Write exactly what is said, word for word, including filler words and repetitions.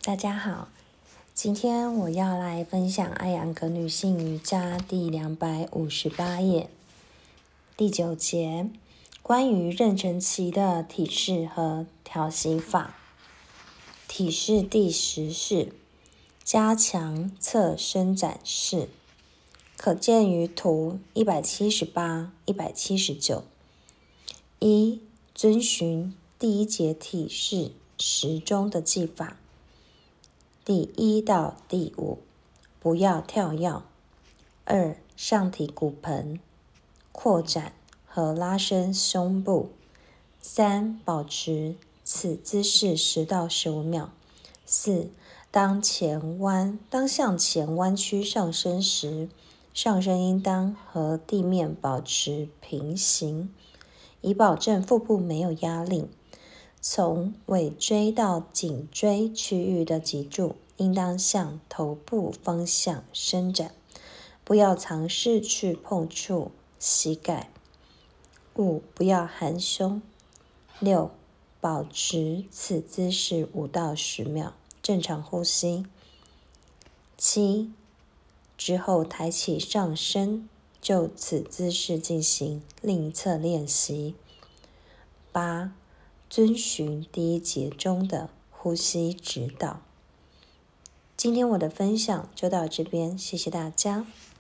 大家好，今天我要来分享艾扬格女性瑜伽第两百五十八页第九节，关于妊娠期的体式和调息法。体式第十式，加强侧伸展式，可见于图一百七十八、一百七十九。一、遵循第一节体式时钟的技法。第一到第五，不要跳跃。二、上提骨盆，扩展和拉伸胸部。三、保持此姿势十到十五秒。四、当前弯，当向前弯曲上身时，上身应当和地面保持平行，以保证腹部没有压力。从尾椎到颈椎区域的脊柱应当向头部方向伸展，不要尝试去碰触膝盖。五、不要含胸。六、保持此姿势五到十秒，正常呼吸。七、之后抬起上身，就此姿势进行另一侧练习。八、遵循第一节中的呼吸指导。今天我的分享就到这边，谢谢大家。